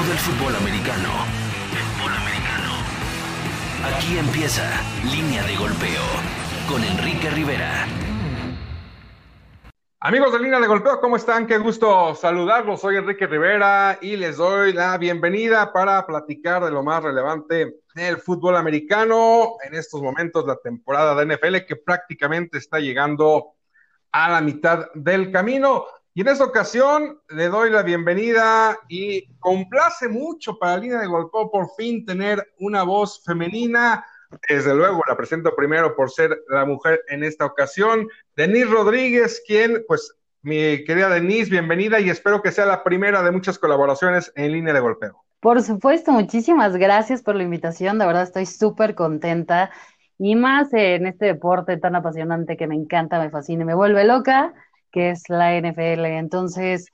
todo el fútbol americano. Aquí empieza Línea de Golpeo con Enrique Rivera. Amigos de Línea de Golpeo, ¿cómo están? Qué gusto saludarlos. Soy Enrique Rivera y les doy la bienvenida para platicar de lo más relevante del fútbol americano. En estos momentos, la temporada de NFL que prácticamente está llegando a la mitad del camino. Y en esta ocasión le doy la bienvenida y complace mucho para Línea de Golpeo por fin tener una voz femenina. Desde luego la presento primero por ser la mujer en esta ocasión, Denise Rodríguez, quien, pues, mi querida Denise, bienvenida y espero que sea la primera de muchas colaboraciones en Línea de Golpeo. Por supuesto, muchísimas gracias por la invitación, de verdad estoy súper contenta y más en este deporte tan apasionante que me encanta, me fascina y me vuelve loca, que es la NFL. Entonces,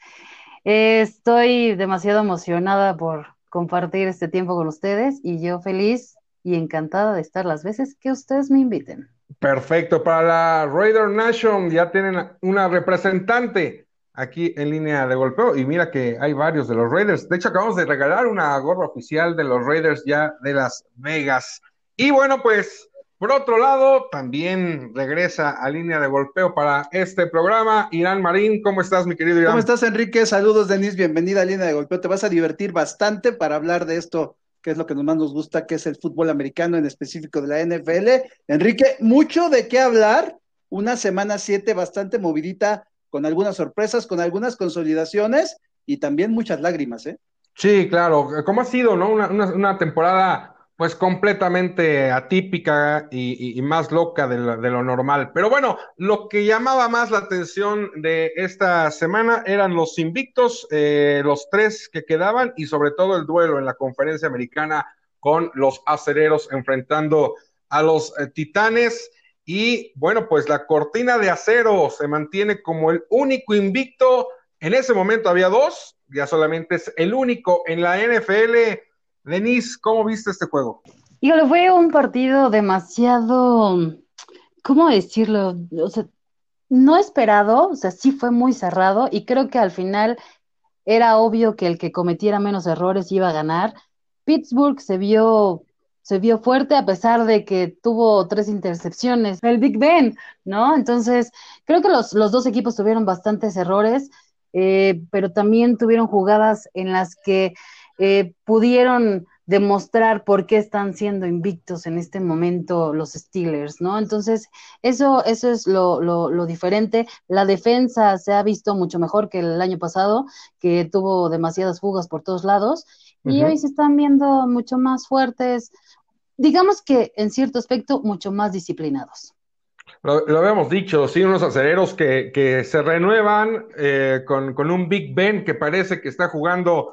estoy demasiado emocionada por compartir este tiempo con ustedes y yo feliz y encantada de estar las veces que ustedes me inviten. Perfecto, para la Raider Nation ya tienen una representante aquí en Línea de Golpeo y mira que hay varios de los Raiders. De hecho, acabamos de regalar una gorra oficial de los Raiders ya de Las Vegas. Y bueno, pues por otro lado, también regresa a Línea de Golpeo para este programa Irán Marín. ¿Cómo estás, mi querido Irán? ¿Cómo estás, Enrique? Saludos, Denise, bienvenida a Línea de Golpeo. Te vas a divertir bastante para hablar de esto, que es lo que más nos gusta, que es el fútbol americano, en específico de la NFL. Enrique, mucho de qué hablar, una semana 7 bastante movidita, con algunas sorpresas, con algunas consolidaciones y también muchas lágrimas, ¿eh? Sí, claro. ¿Cómo ha sido, no? Una temporada, pues, completamente atípica y más loca de lo normal. Pero bueno, lo que llamaba más la atención de esta semana eran los invictos, los tres que quedaban y sobre todo el duelo en la conferencia americana con los acereros enfrentando a los Titanes. Y bueno, pues la cortina de acero se mantiene como el único invicto. En ese momento había dos, ya solamente es el único en la NFL. Denise, ¿cómo viste este juego? Híjole, fue un partido demasiado, ¿cómo decirlo? O sea, no esperado, o sea, sí fue muy cerrado y creo que al final era obvio que el que cometiera menos errores iba a ganar. Pittsburgh se vio fuerte a pesar de que tuvo 3 intercepciones, el Big Ben, ¿no? Entonces, creo que los dos equipos tuvieron bastantes errores, pero también tuvieron jugadas en las que pudieron demostrar por qué están siendo invictos en este momento los Steelers, ¿no? Entonces, eso es lo diferente. La defensa se ha visto mucho mejor que el año pasado, que tuvo demasiadas fugas por todos lados, y hoy se están viendo mucho más fuertes, digamos que en cierto aspecto mucho más disciplinados. Lo habíamos dicho, sí, unos acereros que se renuevan con un Big Ben que parece que está jugando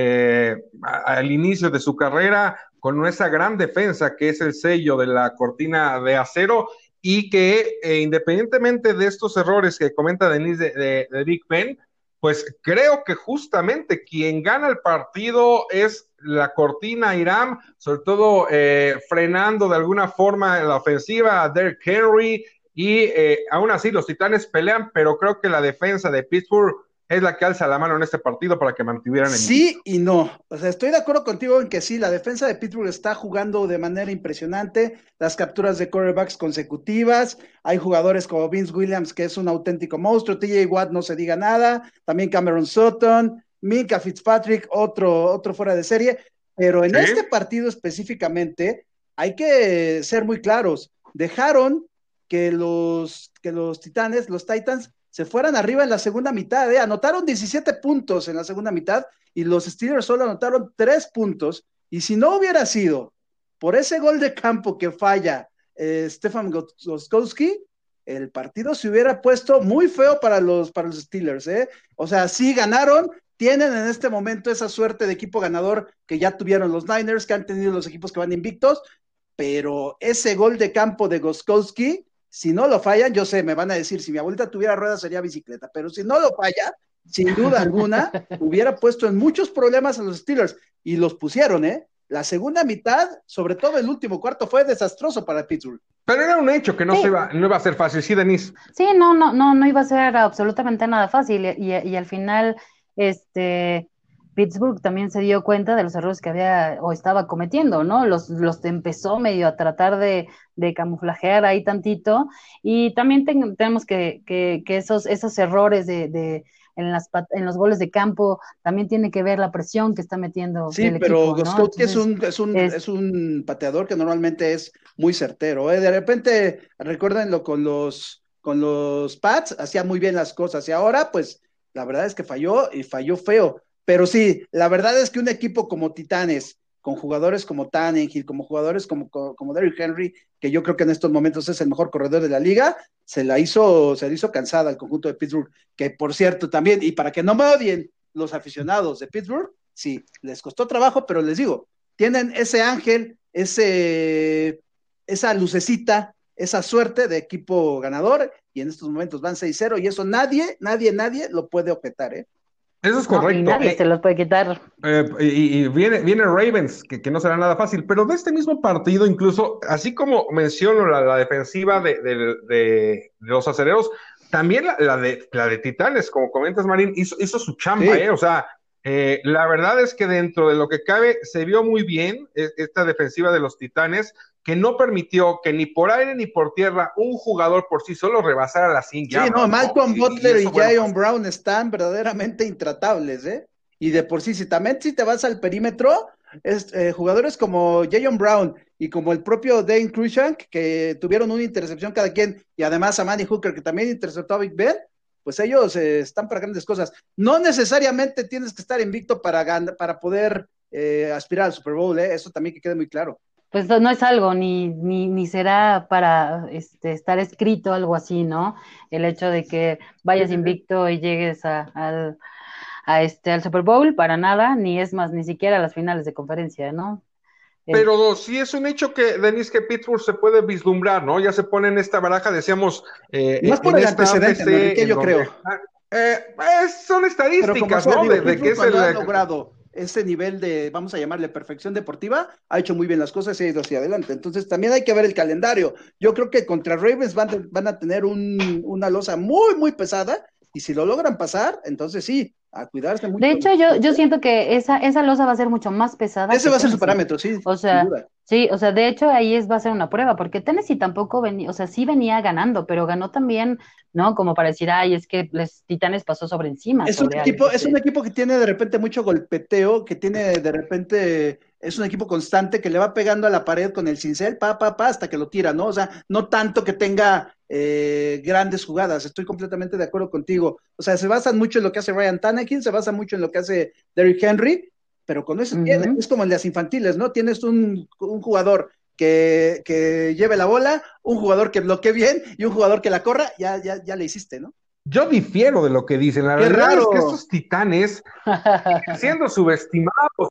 al inicio de su carrera con esa gran defensa que es el sello de la cortina de acero y que independientemente de estos errores que comenta Denise de Big Ben, pues creo que justamente quien gana el partido es la cortina Irán, sobre todo frenando de alguna forma la ofensiva a Derrick Henry y aún así los Titanes pelean, pero creo que la defensa de Pittsburgh es la que alza la mano en este partido para que mantuvieran el Sí y no. O sea, estoy de acuerdo contigo en que sí, la defensa de Pittsburgh está jugando de manera impresionante, las capturas de quarterbacks consecutivas, hay jugadores como Vince Williams, que es un auténtico monstruo, TJ Watt no se diga nada, también Cameron Sutton, Minkah Fitzpatrick, otro fuera de serie, pero en este partido específicamente hay que ser muy claros, dejaron que los Titanes, los Titans, se fueran arriba en la segunda mitad, anotaron 17 puntos en la segunda mitad y los Steelers solo anotaron 3 puntos, y si no hubiera sido por ese gol de campo que falla Stefan Gostkowski, el partido se hubiera puesto muy feo para los Steelers, ¿eh? O sea, sí ganaron, tienen en este momento esa suerte de equipo ganador que ya tuvieron los Niners, que han tenido los equipos que van invictos, pero ese gol de campo de Gostkowski, si no lo fallan, yo sé, me van a decir, si mi abuelita tuviera ruedas sería bicicleta, pero si no lo falla, sin duda alguna, hubiera puesto en muchos problemas a los Steelers, y los pusieron, ¿eh? La segunda mitad, sobre todo el último cuarto, fue desastroso para Pittsburgh. Pero era un hecho que no iba a ser fácil, ¿sí, Denise? Sí, no iba a ser absolutamente nada fácil y al final, Pittsburgh también se dio cuenta de los errores que había o estaba cometiendo, ¿no? Los empezó medio a tratar de camuflajear ahí tantito, y también tenemos que esos errores en los goles de campo también tiene que ver la presión que está metiendo Sí, el pero equipo, ¿no? Gostkowski Entonces, es un pateador que normalmente es muy certero, ¿eh? De repente, recuérdenlo con los Pats, hacía muy bien las cosas y ahora, pues, la verdad es que falló y falló feo. Pero sí, la verdad es que un equipo como Titanes, con jugadores como Tannehill, como jugadores como Derrick Henry, que yo creo que en estos momentos es el mejor corredor de la liga, se le hizo cansada al conjunto de Pittsburgh, que por cierto también, y para que no me odien los aficionados de Pittsburgh, sí, les costó trabajo, pero les digo, tienen ese ángel, esa lucecita, esa suerte de equipo ganador, y en estos momentos van 6-0, y eso nadie lo puede objetar, ¿eh? Eso es no, y correcto. nadie se los puede quitar. Y viene Ravens, que no será nada fácil, pero de este mismo partido, incluso, así como menciono la defensiva de los acereros, también la de Titanes, como comentas, Marín, hizo su chamba, Sí. ¿eh? O sea, la verdad es que dentro de lo que cabe, se vio muy bien esta defensiva de los Titanes, que no permitió que ni por aire ni por tierra un jugador por sí solo rebasara las 100 Sí, no, yardas, ¿no? Malcolm Butler y Eso, bueno, Jayon pues Brown están verdaderamente intratables, ¿eh? Y de por sí, si te vas al perímetro, jugadores como Jayon Brown y como el propio Dane Cruikshank, que tuvieron una intercepción cada quien, y además a Manny Hooker, que también interceptó a Big Ben, pues ellos están para grandes cosas. No necesariamente tienes que estar invicto para poder aspirar al Super Bowl, ¿eh? Eso también que quede muy claro. Pues no es algo, ni será para estar escrito algo así, ¿no? El hecho de que vayas invicto y llegues al Super Bowl, para nada, ni es más, ni siquiera a las finales de conferencia, ¿no? Es- pero sí es un hecho que, Denis, que Pittsburgh se puede vislumbrar, ¿no? Ya se pone en esta baraja, decíamos, Más por en el esta antecedente, ¿no, AFC, Enrique? en Yo donde creo. son Pero como estadísticas, sea, ¿no? digo, De que Pittsburgh es cuando ha logrado ese nivel de, vamos a llamarle perfección deportiva, ha hecho muy bien las cosas y ha ido hacia adelante. Entonces también hay que ver el calendario. Yo creo que contra Ravens van a tener una losa muy pesada, y si lo logran pasar, entonces sí, a cuidarse De mucho. hecho, yo siento que esa losa va a ser mucho más pesada Ese que va a ser su Tennessee. parámetro, sí, O sin sea, duda. sí, o sea, de hecho ahí va a ser una prueba, porque Tennessee tampoco venía, o sea, sí venía ganando, pero ganó también, ¿no? Como para decir, ay, es que los Titanes pasó sobre encima, Es un equipo que tiene de repente mucho golpeteo, que tiene de repente, es un equipo constante que le va pegando a la pared con el cincel, hasta que lo tira, ¿no? O sea, no tanto que tenga grandes jugadas, estoy completamente de acuerdo contigo. O sea, se basan mucho en lo que hace Ryan Tannehill, se basa mucho en lo que hace Derrick Henry, pero con eso tiene, Ujú. es como en las infantiles, ¿no? Tienes un jugador que lleve la bola, un jugador que bloquee bien y un jugador que la corra, ya le hiciste, ¿no? yo difiero de lo que dicen. La ¡Qué realidad es que raro! estos Titanes siendo subestimados.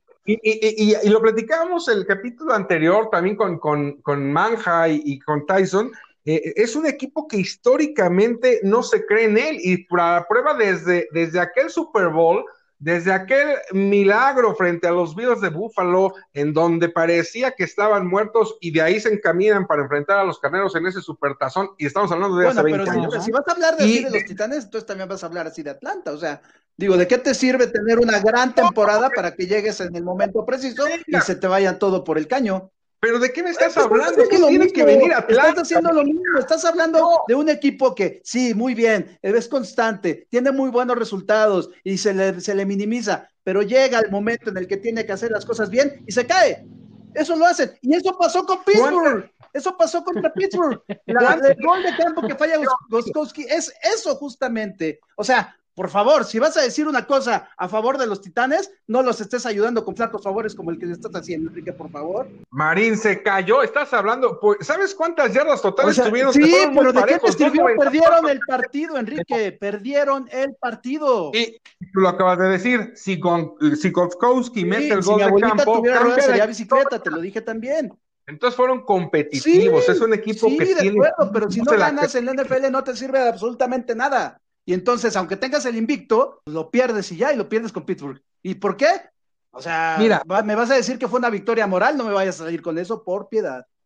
Y lo platicábamos el capítulo anterior también con Manja y con Tyson. Es un equipo que históricamente no se cree en él, y para prueba desde aquel Super Bowl, desde aquel milagro frente a los Bills de Buffalo, en donde parecía que estaban muertos, y de ahí se encaminan para enfrentar a los Carneros en ese supertazón, y estamos hablando de hace Bueno, pero 20 años. si vas a hablar de así Y de los Titanes, entonces también vas a hablar así de Atlanta. O sea, digo, ¿de qué te sirve tener una gran temporada para que llegues en el momento preciso y se te vaya todo por el caño? pero ¿de qué me estás Estás hablando? haciendo ¿Qué lo tiene que venir mismo, estás Atlanta? haciendo lo mismo, estás hablando No, de un equipo que, sí, muy bien, es constante, tiene muy buenos resultados y se le minimiza, pero llega el momento en el que tiene que hacer las cosas bien y se cae. Eso lo hacen. Y eso pasó con ¿cuántas? Pittsburgh. Eso pasó contra Pittsburgh. ¿Cuántas? El gol de campo que falla Gostkowski es eso justamente. O sea, por favor, si vas a decir una cosa a favor de los Titanes, no los estés ayudando con flacos favores como el que le estás haciendo, Enrique, por favor. Marín se cayó, estás hablando, pues, ¿sabes cuántas yardas O totales sea, tuvieron? Que sí, fueron muy pero ¿de qué te parejos, sirvió? 294. Perdieron el partido, Enrique, perdieron el partido. Y tú lo acabas de decir, si Gostkowski mete Sí, el si mi gol de abuelita campo, tuviera ruedas cambia la sería historia. bicicleta, te lo dije también. Entonces fueron Sí, competitivos, es un equipo sí, que de tiene, acuerdo, pero si no no se la ganas en la NFL no te sirve de absolutamente nada. Y entonces, aunque tengas el invicto, pues lo pierdes y ya, y lo pierdes con Pittsburgh. ¿Y por qué? O sea, Mira, me vas a decir que fue una victoria moral, no me vayas a salir con eso, por piedad.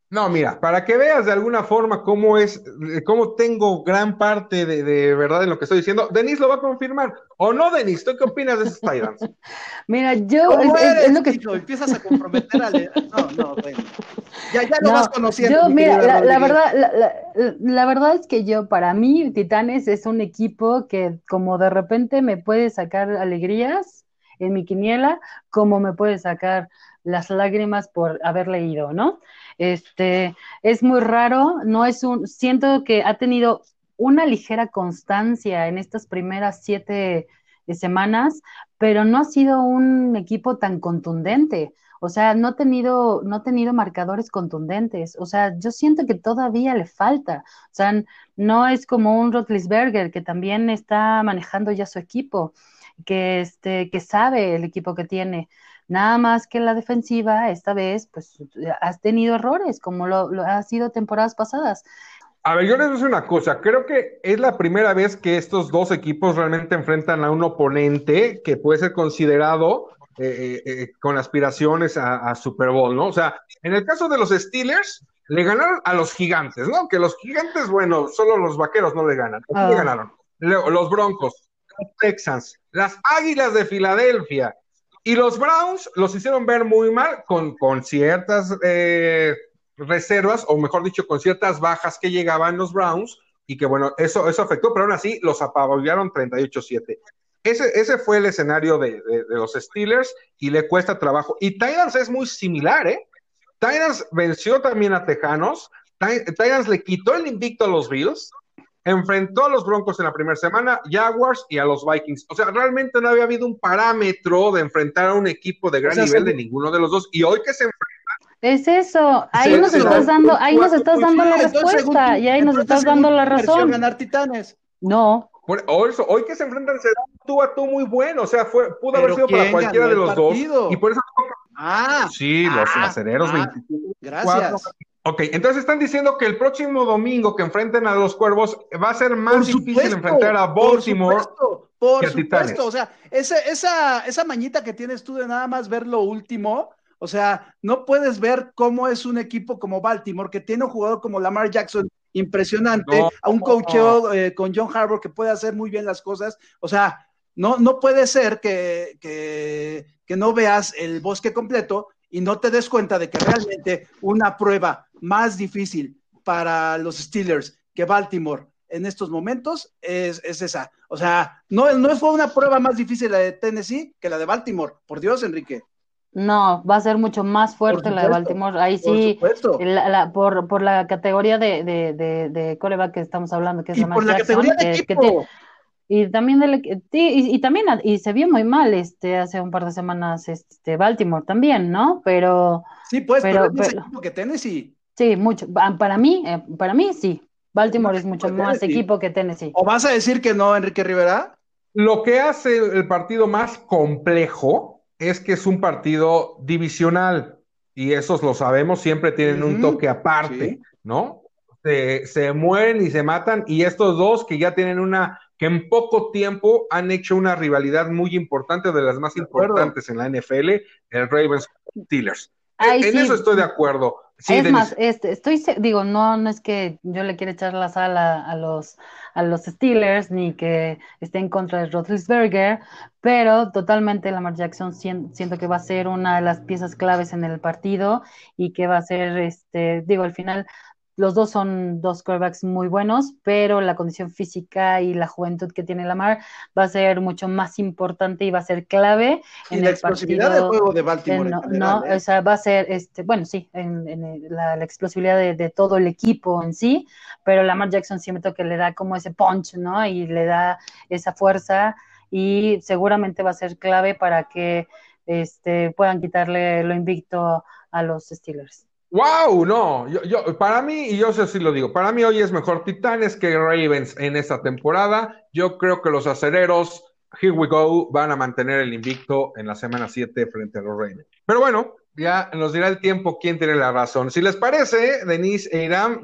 No, mira, para que veas de alguna forma cómo tengo gran parte de verdad en lo que estoy diciendo, Denis lo va a confirmar. ¿O no, Denis? ¿Tú qué opinas de esos Titans? Mira, yo, ¿Cómo es eres, lo que, hijo? Empiezas a comprometer No, no, bueno. Ya lo vas no, conociendo, yo, mi mira, querida la Rodríguez. verdad, la verdad es que yo, para mí, Titanes es un equipo que como de repente me puede sacar alegrías en mi quiniela, como me puede sacar las lágrimas por haber leído, ¿no? Es muy raro, no es siento que ha tenido una ligera constancia en estas primeras 7 semanas, pero no ha sido un equipo tan contundente. O sea, no ha tenido marcadores contundentes. O sea, yo siento que todavía le falta. O sea, no es como un Roethlisberger que también está manejando ya su equipo, que sabe el equipo que tiene. Nada más que la defensiva, esta vez, pues, has tenido errores, como lo ha sido temporadas pasadas. A ver, yo les voy a decir una cosa. Creo que es la primera vez que estos dos equipos realmente enfrentan a un oponente que puede ser considerado con aspiraciones a Super Bowl, ¿no? O sea, en el caso de los Steelers, le ganaron a los Gigantes, ¿no? Que los Gigantes, bueno, solo los Vaqueros no le ganan. Aquí le Ah, ganaron. Luego, los Broncos, los Texans, las Águilas de Filadelfia y los Browns los hicieron ver muy mal con ciertas reservas, o mejor dicho, con ciertas bajas que llegaban los Browns, y que bueno, eso afectó, pero aún así los apabullaron 38-7. Ese fue el escenario de los Steelers y le cuesta trabajo. Y Titans es muy similar, ¿eh? Titans venció también a Tejanos, Titans le quitó el invicto a los Bills, enfrentó a los Broncos en la primera semana, Jaguars y a los Vikings. O sea, realmente no había habido un parámetro de enfrentar a un equipo de O gran sea, nivel de ninguno de los dos. Y hoy que es eso, es se ahí nos estás Sí, dando la entonces respuesta, y ahí nos estás según dando tú la mereció razón. ganar Titanes. No, hoy que se enfrentan se da un tú a tú muy bueno, o sea, pudo haber Pero sido para ¿quién cualquiera ganó de el los dos, y partido? por eso Ah, sí, los acereros 24. gracias. Ok, entonces están diciendo que el próximo domingo que enfrenten a los Cuervos va a ser Por más difícil enfrentar supuesto, a por Baltimore supuesto, que por a supuesto. O Titanes. sea, esa mañita que tienes tú de nada más ver lo último, o sea, no puedes ver cómo es un equipo como Baltimore, que tiene un jugador como Lamar Jackson impresionante, No, a un coacheo con John Harbaugh que puede hacer muy bien las cosas. O sea, no puede ser que no veas el bosque completo y no te des cuenta de que realmente una prueba más difícil para los Steelers que Baltimore en estos momentos es esa. O sea, no fue una prueba más difícil la de Tennessee que la de Baltimore. Por Dios, Enrique. no, va a ser mucho más Por fuerte la de supuesto, Baltimore. Ahí por sí, supuesto. por la categoría de quarterback que estamos hablando, que es Y Lamar por la categoría Jackson, de equipo. y también y también y se vio muy mal hace un par de semanas Baltimore también, ¿no? Sí, pues, pero es más Pero equipo que Tennessee. sí, mucho. Para mí sí. Es más Baltimore es equipo mucho que más Tennessee. equipo que Tennessee. ¿O vas a decir que no, Enrique Rivera? lo que hace el partido más complejo es que es un partido divisional, y esos lo sabemos, siempre tienen un toque aparte, Sí, ¿no? Se mueren y se matan, y estos dos que ya tienen que en poco tiempo han hecho una rivalidad muy importante, de las más de acuerdo. importantes en la NFL, el Ravens Steelers. Ay, En eso sí. estoy de acuerdo. Sí, Es más, Denis. digo, no es que yo le quiera echar la sal a los Steelers, ni que esté en contra de Roethlisberger, pero totalmente Lamar Jackson siento que va a ser una de las piezas claves en el partido, y que va a ser, digo, al final los dos son dos quarterbacks muy buenos, pero la condición física y la juventud que tiene Lamar va a ser mucho más importante y va a ser clave Y en la el explosividad del partido. juego de Baltimore en No, general, no, ¿eh? o sea, va a ser, bueno, sí, la explosividad de todo el equipo en sí, pero Lamar Jackson siento que le da como ese punch, ¿no? Y le da esa fuerza, y seguramente va a ser clave para que puedan quitarle lo invicto a los Steelers. Wow, no, para mí, y yo sí lo digo, para mí hoy es mejor Titanes que Ravens en esta temporada. Yo creo que los acereros, here we go, van a mantener el invicto en la semana 7 frente a los Ravens. Pero bueno, ya nos dirá el tiempo quién tiene la razón. Si les parece, Denise e Irán,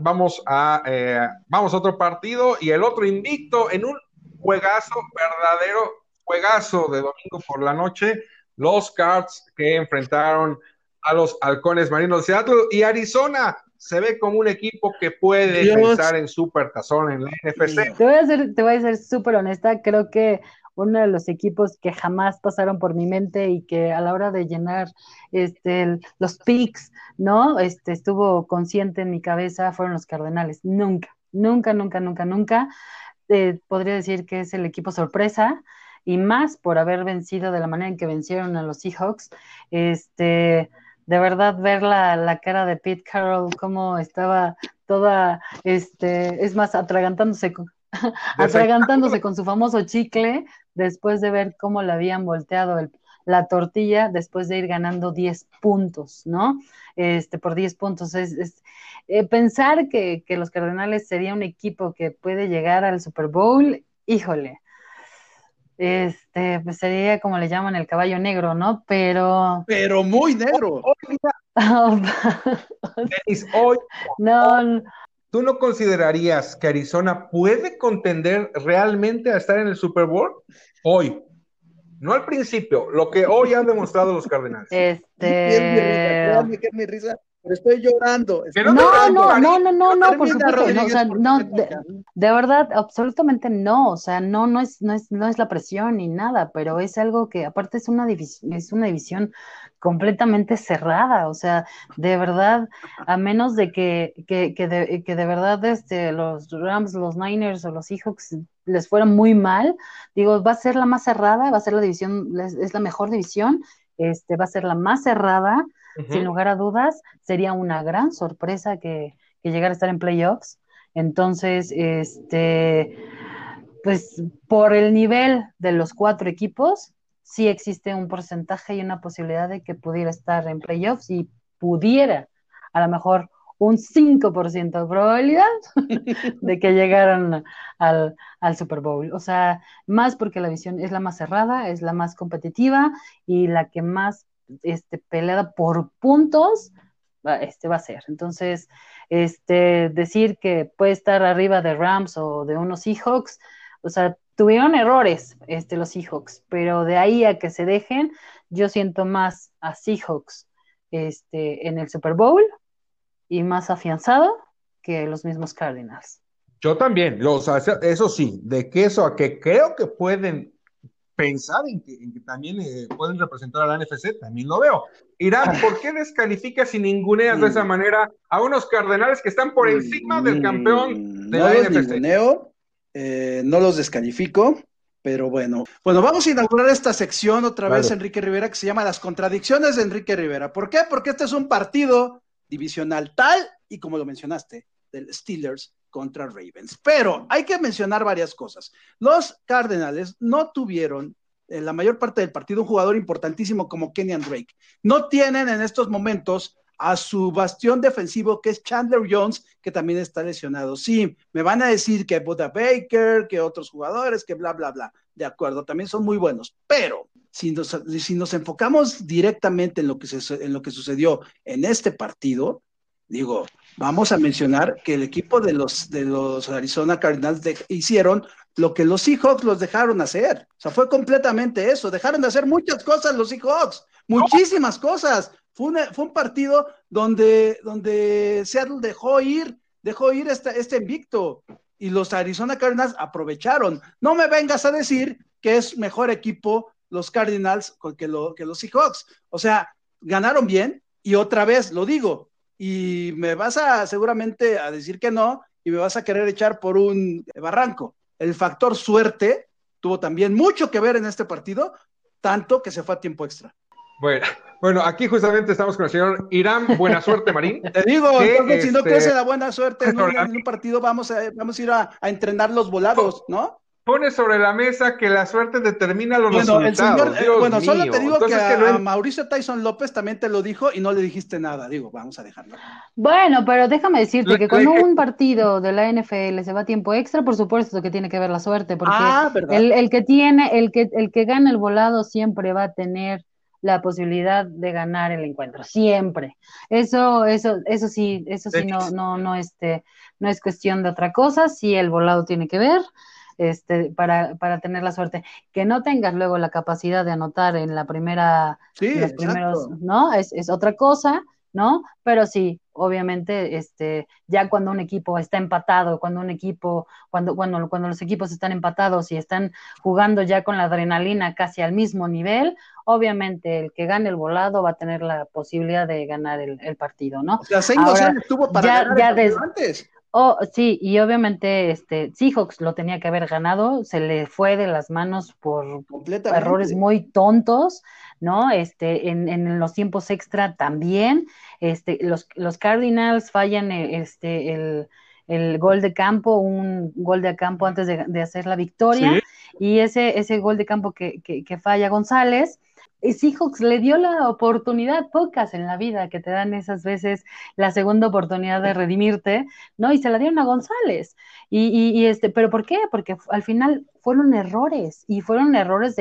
vamos a otro partido, y el otro invicto en un juegazo, verdadero juegazo de domingo por la noche, los Cards que enfrentaron a los Halcones Marinos de Seattle, y Arizona se ve como un equipo que puede pensar en supertazón en la NFC. Te voy a ser súper honesta, creo que uno de los equipos que jamás pasaron por mi mente y que a la hora de llenar los picks, ¿no? Estuvo consciente en mi cabeza fueron los Cardenales. Nunca, nunca, nunca, nunca, nunca. Podría decir que es el equipo sorpresa y más por haber vencido de la manera en que vencieron a los Seahawks. De verdad ver la cara de Pete Carroll, cómo estaba toda, es más, atragantándose con su famoso chicle, después de ver cómo le habían volteado la tortilla, después de ir ganando 10 puntos, ¿no? Por 10 puntos. Pensar que los Cardenales sería un equipo que puede llegar al Super Bowl, híjole, pues sería como le llaman el caballo negro, ¿no? Pero muy negro. Denis, hoy, no. ¿tú no considerarías que Arizona puede contender realmente a estar en el Super Bowl? Hoy, no al principio, lo que hoy han demostrado los Cardenales. Créanme que es mi risa, pero estoy llorando. No, por supuesto, no, o sea, no, de verdad, absolutamente no, o sea, no es la presión ni nada, pero es algo que aparte es una división completamente cerrada, o sea, de verdad, a menos de que de verdad los Rams, los Niners o los Seahawks les fuera muy mal, digo, va a ser la más cerrada, va a ser la división, es la mejor división, va a ser la más cerrada. Sin lugar a dudas, sería una gran sorpresa que llegara a estar en playoffs. Entonces, pues por el nivel de los 4 equipos, sí existe un porcentaje y una posibilidad de que pudiera estar en playoffs y pudiera, a lo mejor, un 5% de probabilidad de que llegaran al Super Bowl. O sea, más porque la visión es la más cerrada, es la más competitiva y la que más peleada por puntos va a ser. Entonces, decir que puede estar arriba de Rams o de unos Seahawks, o sea, tuvieron errores los Seahawks, pero de ahí a que se dejen, yo siento más a Seahawks en el Super Bowl y más afianzado que los mismos Cardinals. Yo también, o sea, eso sí, de que eso a que creo que pueden pensar en que también pueden representar a la NFC, también lo veo. Irán, ¿por qué descalificas y ninguneas de esa manera a unos Cardenales que están por encima del campeón de la NFC? Ninguneo, no los descalifico, pero bueno, vamos a inaugurar esta sección otra vez, Enrique Rivera, que se llama Las Contradicciones de Enrique Rivera. ¿Por qué? Porque este es un partido divisional tal y como lo mencionaste, del Steelers contra Ravens. Pero hay que mencionar varias cosas. Los Cardenales no tuvieron en la mayor parte del partido un jugador importantísimo como Kenyan Drake. No tienen en estos momentos a su bastión defensivo que es Chandler Jones, que también está lesionado. Sí, me van a decir que Buda Baker, que otros jugadores, que bla, bla, bla. De acuerdo, también son muy buenos, pero si nos enfocamos directamente en lo que sucedió en este partido, digo, vamos a mencionar que el equipo de los Arizona Cardinals hicieron lo que los Seahawks los dejaron hacer. O sea, fue completamente eso. Dejaron de hacer muchas cosas los Seahawks, muchísimas cosas. Fue un partido donde Seattle dejó ir este invicto y los Arizona Cardinals aprovecharon. No me vengas a decir que es mejor equipo los Cardinals que los Seahawks. O sea, ganaron bien y otra vez lo digo, y me vas seguramente a decir que no y me vas a querer echar por un barranco. El factor suerte tuvo también mucho que ver en este partido, tanto que se fue a tiempo extra. Bueno, aquí justamente estamos con el señor Irán. Buena suerte, Marín. Te digo, entonces, si no crees en la buena suerte en un partido, vamos a ir a entrenar los volados, ¿no? Pone sobre la mesa que la suerte determina los resultados. Solo te digo que a Mauricio Tyson López también te lo dijo y no le dijiste nada. Digo, vamos a dejarlo. Bueno, pero déjame decirte que cuando un partido de la NFL se va a tiempo extra, por supuesto que tiene que ver la suerte, porque el que gana el volado siempre va a tener la posibilidad de ganar el encuentro, siempre. Eso sí, no es cuestión de otra cosa, sí el volado tiene que ver. Para tener la suerte, que no tengas luego la capacidad de anotar en la primera, sí, los primeros, ¿no? Es otra cosa, ¿no? Pero sí, obviamente, ya cuando un equipo está empatado, cuando los equipos están empatados y están jugando ya con la adrenalina casi al mismo nivel, obviamente el que gane el volado va a tener la posibilidad de ganar el partido, ¿no? O sea, Zane Ahora, González tuvo para ya, ganar el ya partido des, antes. Oh, sí, y obviamente Seahawks lo tenía que haber ganado, se le fue de las manos por errores Completamente. muy tontos, ¿no? En los tiempos extra también, los Cardinals fallan el gol de campo, un gol de campo antes de hacer la Sí. victoria, y ese gol de campo que falla González. Seahawks le dio la oportunidad, pocas en la vida que te dan esas veces la segunda oportunidad de redimirte, ¿no? Y se la dieron a González. Pero ¿por qué? Porque al final fueron errores, y fueron errores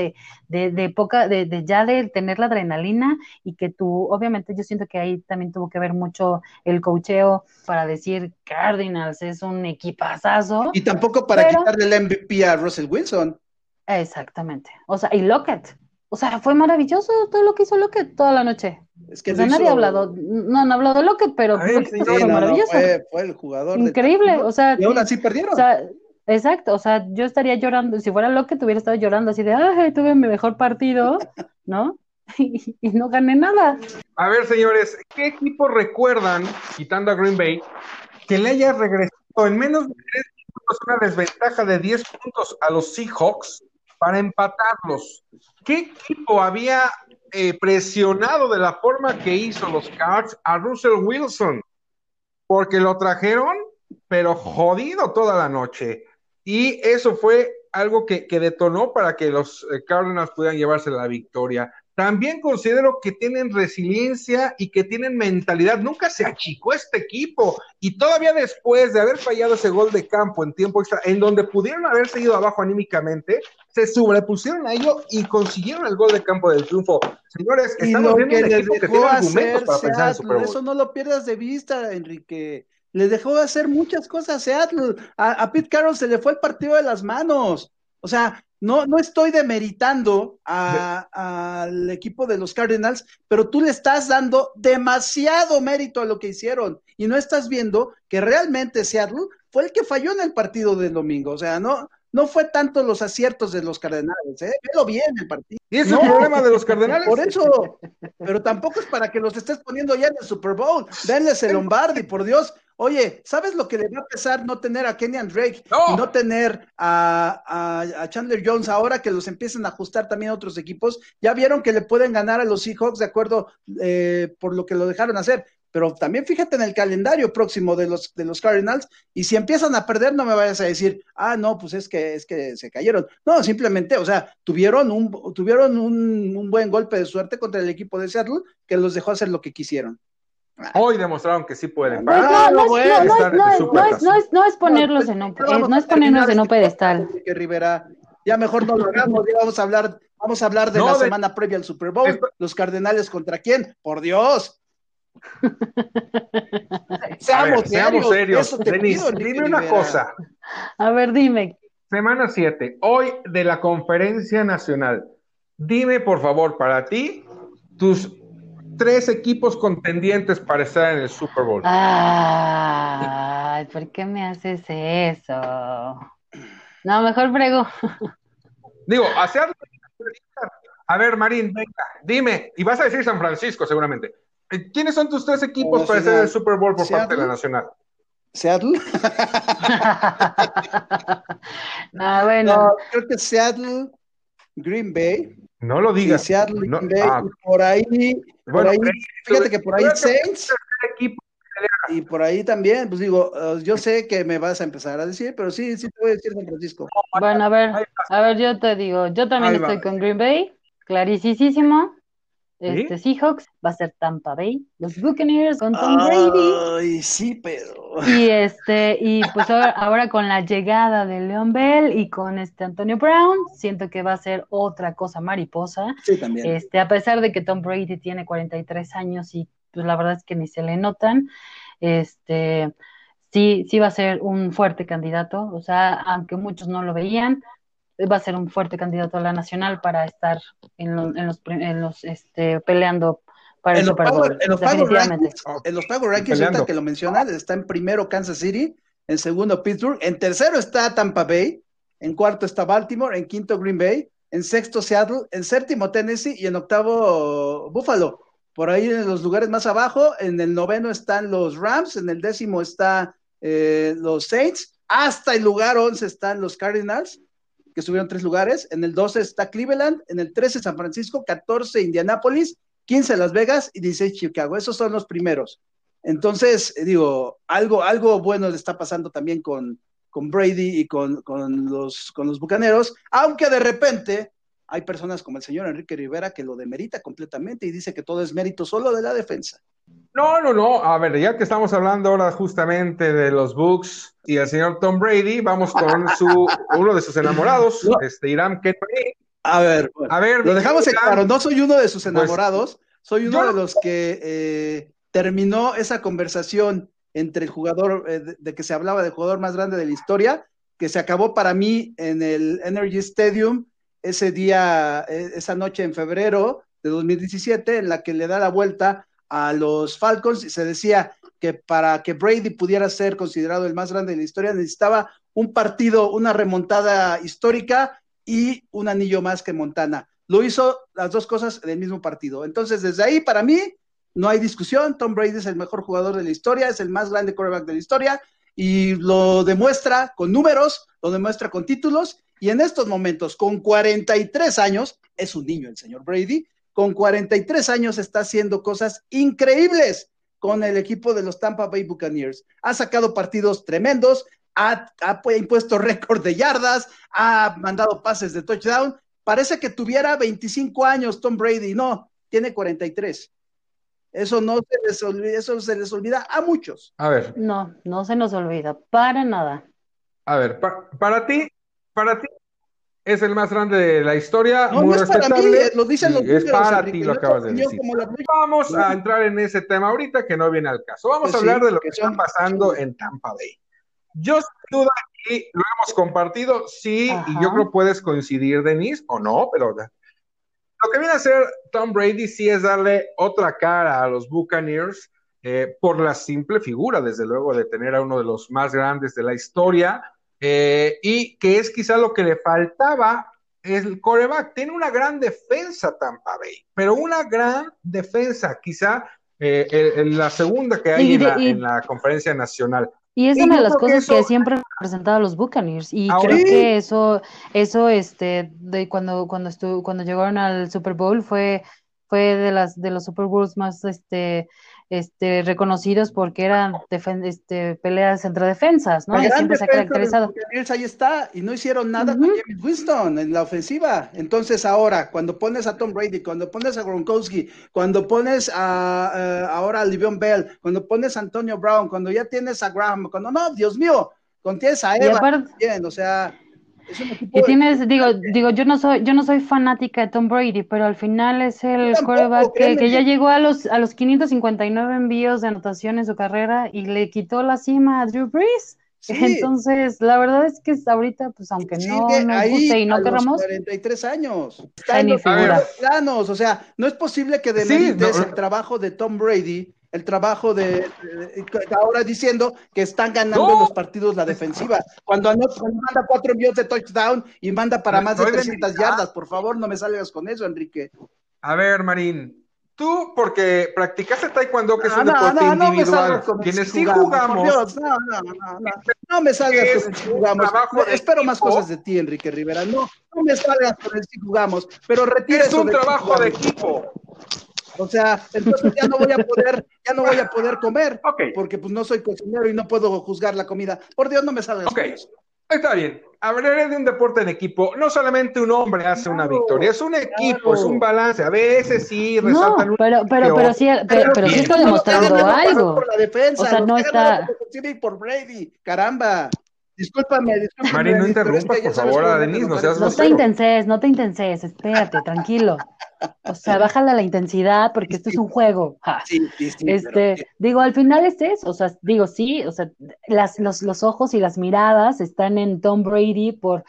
de ya de tener la adrenalina, y que tú, obviamente yo siento que ahí también tuvo que ver mucho el coacheo para decir Cardinals es un equipazazo, Y tampoco para pero quitarle el MVP a Russell Wilson. exactamente, o sea, y Lockett, o sea, fue maravilloso todo lo que hizo Lockett toda la noche. Es que O lo sea, nadie ha hizo. hablado, no han hablado de Lockett, pero A pues lo ver, que hizo Sí, fue señores, no, maravilloso. fue el jugador del Increíble, partido. o sea, Y aún así perdieron. exacto, o sea, yo estaría llorando, si fuera lo que tuviera estado llorando así de, ay, tuve mi mejor partido, ¿no? Y no gané nada. a ver, señores, ¿qué equipo recuerdan, quitando a Green Bay, que le haya regresado en menos de 3 minutos una desventaja de 10 puntos a los Seahawks para empatarlos? ¿Qué equipo había presionado de la forma que hizo los Cards a Russell Wilson? Porque lo trajeron, pero jodido toda la noche. Y eso fue algo que detonó para que los Cardinals pudieran llevarse la victoria. También considero que tienen resiliencia y que tienen mentalidad. Nunca se achicó este equipo. Y todavía después de haber fallado ese gol de campo en tiempo extra, en donde pudieron haberse ido abajo anímicamente, se sobrepusieron a ello y consiguieron el gol de campo del triunfo. Señores, Y estamos lo viendo que un les equipo que tiene dejó argumentos hacer para pensar en el Super Seattle, Bowl. eso no lo pierdas de vista, Enrique. Les dejó de hacer muchas cosas Seattle. A Pete Carroll se le fue el partido de las manos. O sea, no estoy demeritando al equipo de los Cardinals, pero tú le estás dando demasiado mérito a lo que hicieron y no estás viendo que realmente Seattle fue el que falló en el partido del domingo. O sea, no fue tanto los aciertos de los Cardenales, ¿eh? Velo bien el partido. ¿Y es el No, problema de los Cardenales? por eso, pero tampoco es para que los estés poniendo ya en el Super Bowl. Denles el Lombardi, por Dios. Oye, ¿sabes lo que le va a pesar no tener a Kenyan Drake y no No, tener a Chandler Jones ahora que los empiezan a ajustar también a otros equipos? Ya vieron que le pueden ganar a los Seahawks de acuerdo por lo que lo dejaron hacer. Pero también fíjate en el calendario próximo de los Cardinals, y si empiezan a perder, no me vayas a decir, no, pues es que se cayeron. No, simplemente, o sea, tuvieron un buen golpe de suerte contra el equipo de Seattle que los dejó hacer lo que quisieron. hoy demostraron que sí pueden. Pues no es ponerlos en un, no es ponernos en un pedestal. Que Rivera, ya mejor no lo hagamos, ya vamos a hablar de la semana previa al Super Bowl, los Cardenales contra quién, por Dios. Seamos serios. Denis, pido, dime una cosa. A ver, dime. Semana 7, hoy de la Conferencia Nacional. Dime, por favor, para ti, tus 3 equipos contendientes para estar en el Super Bowl. Ay, ¿por qué me haces eso? No, mejor prego. Digo, hacerlo. A ver, Marín, venga, dime, y vas a decir San Francisco seguramente. ¿Quiénes son tus 3 equipos para estar en el Super Bowl por parte de la Nacional? Seattle. Bueno. No, creo que Seattle, Green Bay. No lo digas. Sí, Seattle, Green Bay, y por ahí, fíjate que por ahí Saints. Y por ahí también, pues digo, yo sé que me vas a empezar a decir, pero sí te voy a decir San Francisco. Bueno, a ver, yo te digo, yo también estoy con Green Bay, clarísimo. ¿Sí? Seahawks va a ser Tampa Bay, los Buccaneers con Tom Brady. Ay, sí, pero. Y pues ahora con la llegada de Le'Veon Bell y con Antonio Brown, siento que va a ser otra cosa mariposa. Sí, también. A pesar de que Tom Brady tiene 43 años y pues la verdad es que ni se le notan, sí va a ser un fuerte candidato, o sea, aunque muchos no lo veían, va a ser un fuerte candidato a la nacional para estar en los peleando para el Super Bowl, en los definitivamente. Power Rankings, ahorita que lo mencionas, está en primero Kansas City, en segundo Pittsburgh, en tercero está Tampa Bay, en cuarto está Baltimore, en quinto Green Bay, en sexto Seattle, en séptimo Tennessee y en octavo Buffalo. Por ahí en los lugares más abajo, en el noveno están los Rams, en el décimo está los Saints, hasta el lugar 11 están los Cardinals, que subieron 3 lugares, en el 12 está Cleveland, en el 13 San Francisco, 14 Indianapolis, 15 Las Vegas y 16 Chicago. Esos son los primeros. Entonces, digo, algo bueno le está pasando también con Brady y con los Bucaneros, aunque de repente hay personas como el señor Enrique Rivera que lo demerita completamente y dice que todo es mérito solo de la defensa. No. A ver, ya que estamos hablando ahora justamente de los Bucs y el señor Tom Brady, vamos con uno de sus enamorados, Hiram Ketchum. A ver, lo dejamos en claro, no soy uno de sus enamorados, soy uno de los que terminó esa conversación entre el jugador, de que se hablaba del jugador más grande de la historia, que se acabó para mí en el Energy Stadium ese día, esa noche en febrero de 2017, en la que le da la vuelta a los Falcons y se decía que para que Brady pudiera ser considerado el más grande de la historia necesitaba un partido, una remontada histórica y un anillo más que Montana. Lo hizo las dos cosas en el mismo partido. Entonces, desde ahí, para mí, no hay discusión. Tom Brady es el mejor jugador de la historia, es el más grande quarterback de la historia y lo demuestra con números, lo demuestra con títulos y en estos momentos, con 43 años, es un niño el señor Brady, con 43 años está haciendo cosas increíbles con el equipo de los Tampa Bay Buccaneers. Ha sacado partidos tremendos, ha impuesto récord de yardas, ha mandado pases de touchdown. Parece que tuviera 25 años Tom Brady, no, tiene 43. Eso no se les olvida, eso se les olvida a muchos. A ver. No se nos olvida, para nada. A ver, para ti es el más grande de la historia, no, muy no es respetable. Para mí, lo dicen los números, es para Enrique, ti, lo acabas de decir. Vamos a entrar en ese tema ahorita que no viene al caso. Vamos a hablar de lo que está pasando en Tampa Bay. Yo sin duda aquí lo hemos compartido, sí, y yo creo puedes coincidir, Denise, o no, pero lo que viene a hacer Tom Brady sí es darle otra cara a los Buccaneers por la simple figura, desde luego, de tener a uno de los más grandes de la historia, y que es quizá lo que le faltaba el quarterback. Tiene una gran defensa Tampa Bay, pero una gran defensa, quizá la segunda que hay en la conferencia nacional. Y es una de las cosas que siempre han representado a los Buccaneers, y creo que eso de cuando llegaron al Super Bowl fue de los Super Bowls más reconocidos porque eran peleas entre defensas, ¿no? Y siempre se ha caracterizado. Ahí está, y no hicieron nada con James Winston en la ofensiva. Entonces ahora, cuando pones a Tom Brady, cuando pones a Gronkowski, cuando pones ahora a Le'Veon Bell, cuando pones a Antonio Brown, cuando ya tienes a Graham, Dios mío, cuando tienes a Eva, bien, o sea... Y tienes, digo, yo no soy fanática de Tom Brady, pero al final es el quarterback que ya llegó a los 559 envíos de anotación en su carrera y le quitó la cima a Drew Brees. Sí. Entonces, la verdad es que ahorita, pues aunque no nos guste y no querramos, 43 años. Está en los planos, o sea, no es posible que demerites el trabajo de Tom Brady, el trabajo de ahora diciendo que están ganando los partidos la defensiva, cuando manda 4 envíos de touchdown y manda para más de 300 yardas. Por favor, no me salgas con eso, Enrique. A ver, Marín, tú porque practicaste taekwondo, que es un deporte individual, quienes sí jugamos. No me salgas con el sí jugamos. Espero más cosas de ti, Enrique Rivera. No me salgas con el sí jugamos, pero retira eso. Es un trabajo de equipo. O sea, entonces ya no voy a poder comer, porque pues no soy cocinero y no puedo juzgar la comida. Por Dios, no me salgas con eso. Está bien. Hablaré de un deporte en equipo. No solamente un hombre hace una victoria, es un equipo, es un balance. A veces sí resaltan un... Pero sí está demostrando algo. Por la defensa, o sea, no está... Por Brady, caramba. Discúlpame. Marín, no interrumpas, por favor, a Denise, no seas grosero. No te intenses, espérate, tranquilo. O sea, bájale la intensidad porque esto es un juego. Sí, digo, al final es eso, o sea, digo, sí, o sea, los ojos y las miradas están en Tom Brady por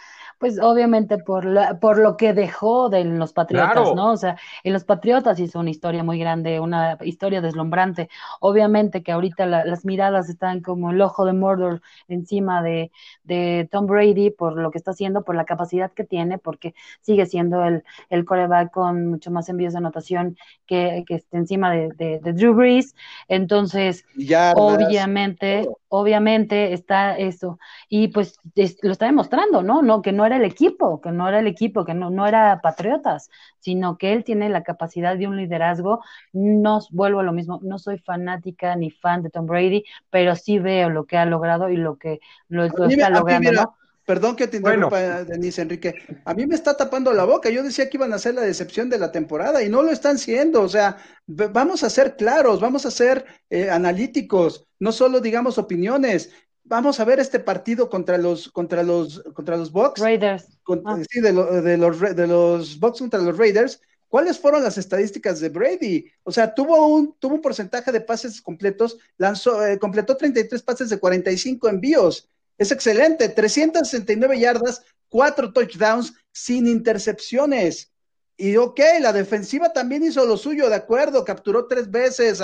Pues obviamente por lo que dejó de los Patriotas, Claro. ¿no? O sea, en los Patriotas hizo una historia muy grande, una historia deslumbrante. Obviamente que ahorita las miradas están como el ojo de Mordor encima de Tom Brady por lo que está haciendo, por la capacidad que tiene, porque sigue siendo el quarterback con mucho más envíos de anotación que esté encima de Drew Brees. Entonces, Yardas, todo. obviamente está eso. Y pues lo está demostrando, ¿no? No, que no era el equipo, que no era Patriotas, sino que él tiene la capacidad de un liderazgo. No vuelvo a lo mismo, no soy fanática ni fan de Tom Brady, pero sí veo lo que ha logrado y lo está A mí, logrando, mira, ¿no? perdón que te Bueno, interrumpa, Denise Enrique. A mí me está tapando la boca. Yo decía que iban a ser la decepción de la temporada y no lo están siendo. O sea, vamos a ser claros, vamos a ser analíticos, no solo digamos opiniones. Vamos a ver este partido contra los Bucks, Raiders. Ah. sí, de los Bucks contra los Raiders. ¿Cuáles fueron las estadísticas de Brady? O sea, tuvo un porcentaje de pases completos, completó 33 pases de 45 envíos. Es excelente, 369 yardas, 4 touchdowns sin intercepciones. Y ok, la defensiva también hizo lo suyo, de acuerdo, capturó 3 veces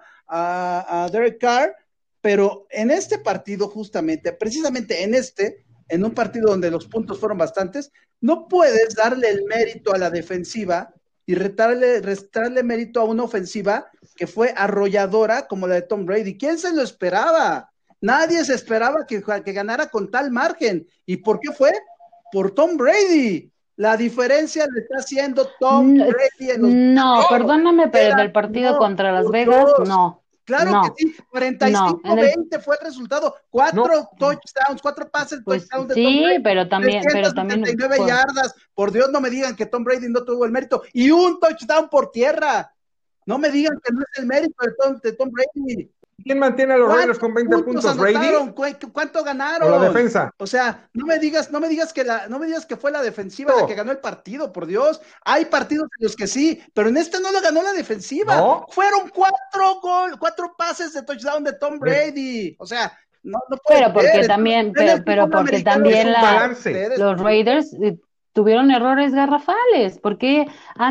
a Derek Carr, pero en este partido justamente, precisamente en un partido donde los puntos fueron bastantes, no puedes darle el mérito a la defensiva y restarle mérito a una ofensiva que fue arrolladora como la de Tom Brady. ¿Quién se lo esperaba? Nadie se esperaba que ganara con tal margen. ¿Y por qué fue? Por Tom Brady. La diferencia le está haciendo Tom No, Brady en los no, perdóname, pero en el partido no, contra Las por Vegas, Dios. no, Claro que no, sí, no. 45-20 fue el resultado. no, 4 touchdowns, 4 pases Pues touchdowns de Tom sí, Brady, pero también 379 fue, yardas. Por Dios, no me digan que Tom Brady no tuvo el mérito. Y un touchdown por tierra. No me digan que no es el mérito de Tom Brady. ¿quién mantiene a los Raiders ¿Cuántos con 20 puntos puntos? ¿Brady anotaron? ¿Cuánto o la ganaron? defensa? O sea, no me digas que fue la defensiva la que ganó el partido, por Dios. Hay partidos en los que sí, pero en este no lo ganó la defensiva. No, Fueron 4 pases de touchdown de Tom Brady. O sea, no puede pero porque ser. también, En el pero fútbol porque americano es también un son balance. ustedes, los por Dios. Raiders tuvieron errores garrafales, porque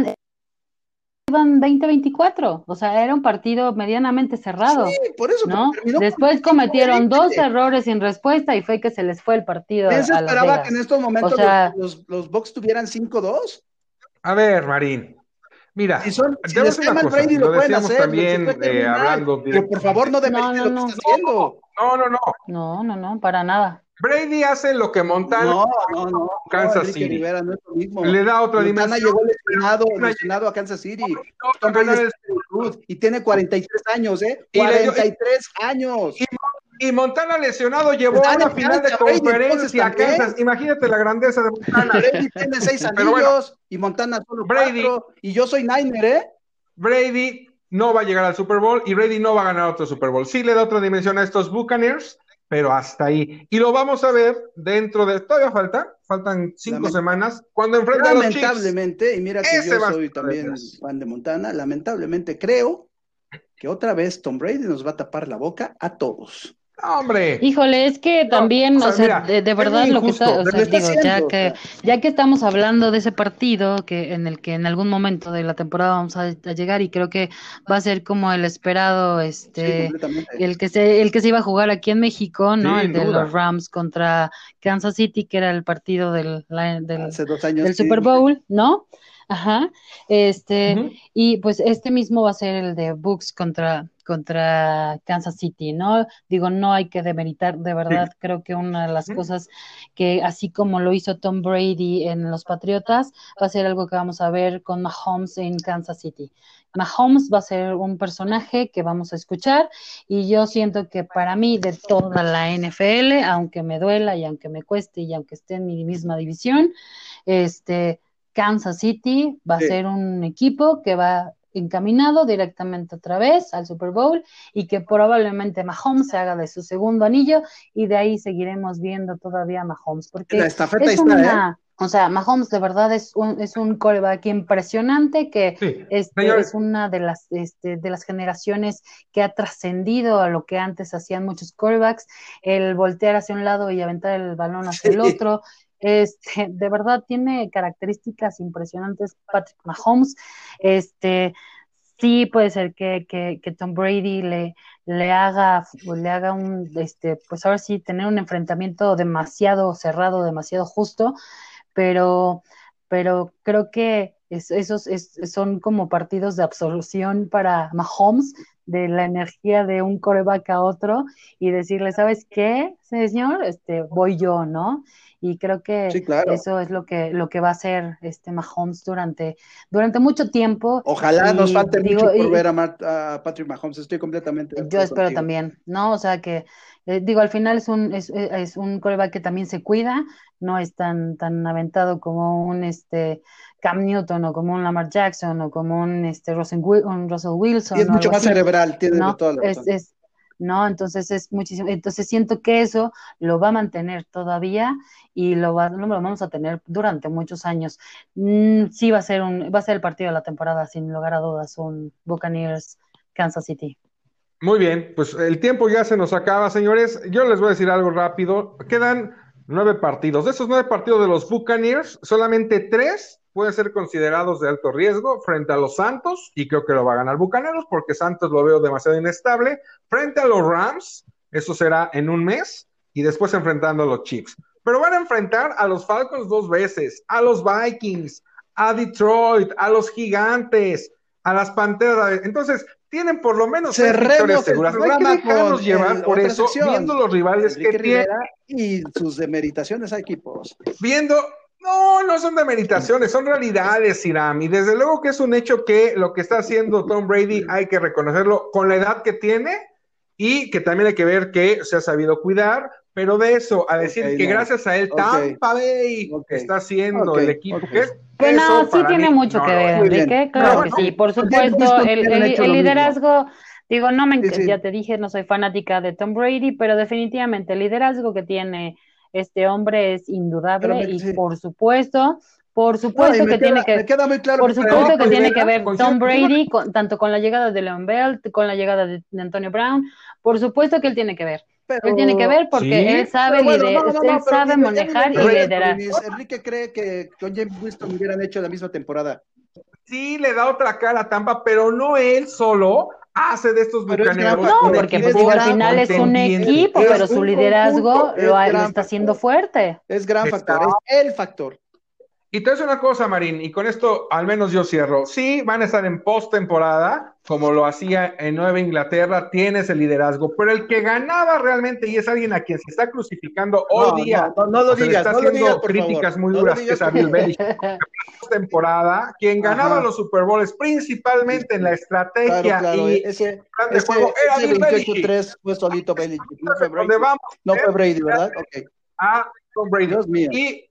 iban 20-24, o sea, era un partido medianamente Sí, cerrado, por eso, pero ¿no? terminó por Después cometieron 2 25-20. errores sin respuesta y fue que se les fue el partido ¿Quién se a Las esperaba que en Vegas. estos O momentos sea, los Bucks tuvieran 5-2? A ver, Marín, Si, mira, son, te si voy a les decir cae una mal cosa, Brady, y lo lo pueden decíamos hacer, les puede también caer muy mal, hablando pero por favor directamente. no no, demeriten no, lo que no, está haciendo. No. no, para nada. Brady hace lo que Montana No, con Kansas Enrique City. Rivera, no es lo mismo. Le da otra Montana dimensión, llegó una lesionado a Kansas City. llegó a Tom Brady ganar está en salud y tiene 43 años, ¿eh? y le dio, 43 años. y, y Montana lesionado llevó a Dale una final chance de a Brady entonces conferencia a también. Kansas. Imagínate la grandeza de Montana. Brady tiene 6 Pero bueno, anillos y Montana solo Brady, 4. Y yo soy Niner, ¿eh? Brady no va a llegar al Super Bowl y Brady no va a ganar otro Super Bowl. Sí le da otra dimensión a estos Buccaneers, pero hasta ahí. Y lo vamos a ver dentro de, todavía faltan 5 semanas, cuando enfrente a los Chiefs. Lamentablemente, y mira que Ese yo va a soy ser de también veras. fan de Montana, lamentablemente creo que otra vez Tom Brady nos va a tapar la boca a todos. No, hombre, Híjole, es que no, también, o o sea, sea, mira, de es muy verdad lo que está, injusto. o Pero lo sea, está digo, haciendo, o sea, ya que estamos hablando de ese partido que en el que en algún momento de la temporada vamos a llegar y creo que va a ser como el esperado, sí, completamente. el que se iba a jugar aquí en México, ¿no? El Sin de los duda. Rams contra Kansas City, que era el partido Hace 2 años, del sí. Super Bowl, ¿no? Ajá, Ujú. y pues este mismo va a ser el de Bucks contra Kansas City, ¿no? Digo, no hay que demeritar, de Sí. verdad, creo que una de las Ujú. cosas que así como lo hizo Tom Brady en los Patriotas, va a ser algo que vamos a ver con Mahomes en Kansas City. Mahomes va a ser un personaje que vamos a escuchar y yo siento que para mí de toda la NFL, aunque me duela y aunque me cueste y aunque esté en mi misma división, Kansas City va a Sí. ser un equipo que va encaminado directamente otra vez al Super Bowl y que probablemente Mahomes se haga de su segundo anillo y de ahí seguiremos viendo todavía a Mahomes La porque estafeta es está, ¿eh? o sea, Mahomes de verdad es un quarterback impresionante que Sí, es señores, una de las generaciones que ha trascendido a lo que antes hacían muchos quarterbacks, el voltear hacia un lado y aventar el balón hacia el Sí. otro, De verdad tiene características impresionantes Patrick Mahomes. Este, sí puede ser que Tom Brady le haga pues ahora sí, tener un enfrentamiento demasiado cerrado, demasiado justo, pero, pero creo que son como partidos de absolución para Mahomes de la energía de un quarterback a otro y decirle, ¿sabes qué, señor? Voy yo, ¿no? Y creo que Sí, claro. eso es lo que va a hacer Mahomes durante mucho tiempo. Ojalá nos Y falte digo, mucho por ver a Patrick Mahomes, estoy completamente de yo acuerdo espero contigo. también, ¿no? O sea que, digo, al final es un quarterback que también se cuida, no es tan aventado como un Cam Newton o como un Lamar Jackson o como un Russell Y es Wilson o algo mucho más así, cerebral, tienes ¿no? toda la razón. No, entonces es muchísimo, entonces siento que eso lo va a mantener todavía y lo vamos a tener durante muchos años. Sí va a ser el partido de la temporada, sin lugar a dudas, un Buccaneers Kansas City. Muy bien, pues el tiempo ya se nos acaba, señores. Yo les voy a decir algo rápido. Quedan 9 partidos. De esos 9 partidos de los Buccaneers, solamente 3 pueden ser considerados de alto riesgo frente a los Santos, y creo que lo va a ganar Bucaneros porque Santos lo veo demasiado inestable. Frente a los Rams, eso será en un mes, y después enfrentando a los Chiefs. Pero van a enfrentar a los Falcons 2 veces, a los Vikings, a Detroit, a los Gigantes, a las Panteras. Entonces, tienen por lo menos 6 victorias Cerremos el seguras. No hay que programa dejarnos con llevar por otra eso, sección. viendo los rivales Enrique que tienen, Rivera y sus demeritaciones a equipos. no son demeritaciones, son realidades, Iram, y desde luego que es un hecho que lo que está haciendo Tom Brady hay que reconocerlo con la edad que tiene, y que también hay que ver que se ha sabido cuidar, pero de eso a decir que gracias a él Tampa Bay está haciendo el equipo que es. Bueno, sí tiene mí, mucho que ver, Enrique, claro que sí, por supuesto, el liderazgo, digo, ya te dije, no soy fanática de Tom Brady, pero definitivamente el liderazgo que tiene este hombre es indudable y por supuesto que tiene que ver Tom Brady, tanto con la llegada de Le'Veon Bell, con la llegada de Antonio Brown, por supuesto que él tiene que ver. Él tiene que ver porque él sabe manejar y liderar. Enrique cree que con James Winston hubieran hecho la misma temporada. Sí, le da otra cara a Tampa, pero no él solo hace de estos Bucaneros. No, porque al final es un equipo, pero su liderazgo lo está haciendo fuerte. Es gran factor, es el factor. Y te voy a decir una cosa, Marín, y con esto al menos yo cierro. Sí, van a estar en postemporada, como lo hacía en Nueva Inglaterra, tienes el liderazgo, pero el que ganaba realmente, y es alguien a quien se está crucificando hoy día, no lo digas, está haciendo críticas muy duras, que es a Bill Belichick. Postemporada, quien ganaba los Super Bowls principalmente en la estrategia y ese juego era Bill Belichick. 28-3 fue solito Belichick, no fue Brady. No fue Brady, ¿verdad? Okay. A Tom Brady. Dios mío.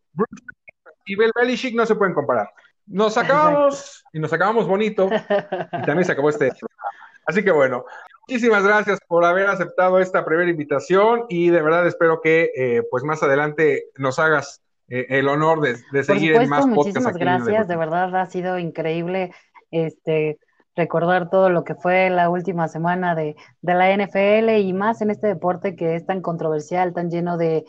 Y Bill Belichick no se pueden comparar. Nos acabamos y nos acabamos bonito, y también se acabó Así que bueno, muchísimas gracias por haber aceptado esta primera invitación, y de verdad espero que pues más adelante nos hagas el honor de seguir en más podcasts. Muchísimas gracias, de verdad ha sido increíble recordar todo lo que fue la última semana de la NFL, y más en este deporte que es tan controversial, tan lleno de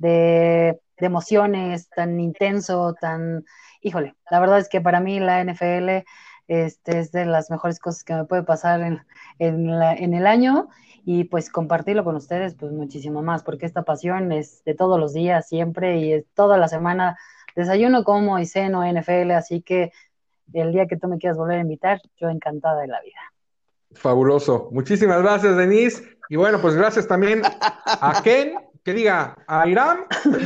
emociones, tan intenso, híjole, la verdad es que para mí la NFL es de las mejores cosas que me puede pasar en el año, y pues compartirlo con ustedes pues muchísimo más, porque esta pasión es de todos los días, siempre, y es toda la semana, desayuno, como y ceno NFL, así que el día que tú me quieras volver a invitar, yo encantada de la vida. Fabuloso, muchísimas gracias, Denise, y bueno, pues gracias también a Ken, que diga a Iram.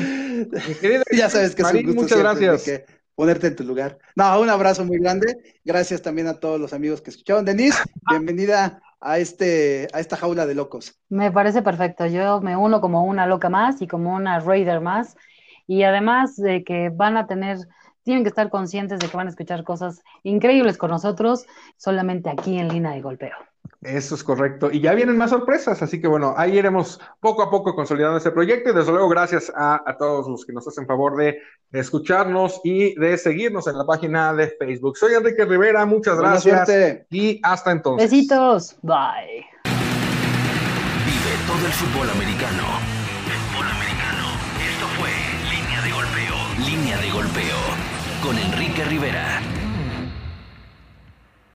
Ya sabes que Marín, muchas gracias. Que ponerte en tu lugar. No, un abrazo muy grande. Gracias también a todos los amigos que escucharon. Denise, bienvenida a esta jaula de locos. Me parece perfecto. Yo me uno como una loca más y como una Raider más. Y además de que tienen que estar conscientes de que van a escuchar cosas increíbles con nosotros, solamente aquí en Línea de Golpeo. Eso es correcto, y ya vienen más sorpresas, así que bueno, ahí iremos poco a poco consolidando este proyecto, y desde luego gracias a todos los que nos hacen favor de escucharnos y de seguirnos en la página de Facebook. Soy Enrique Rivera, muchas gracias, y hasta entonces. Besitos, bye. Vive todo el fútbol americano. Esto fue Línea Línea de golpeo con Enrique Rivera.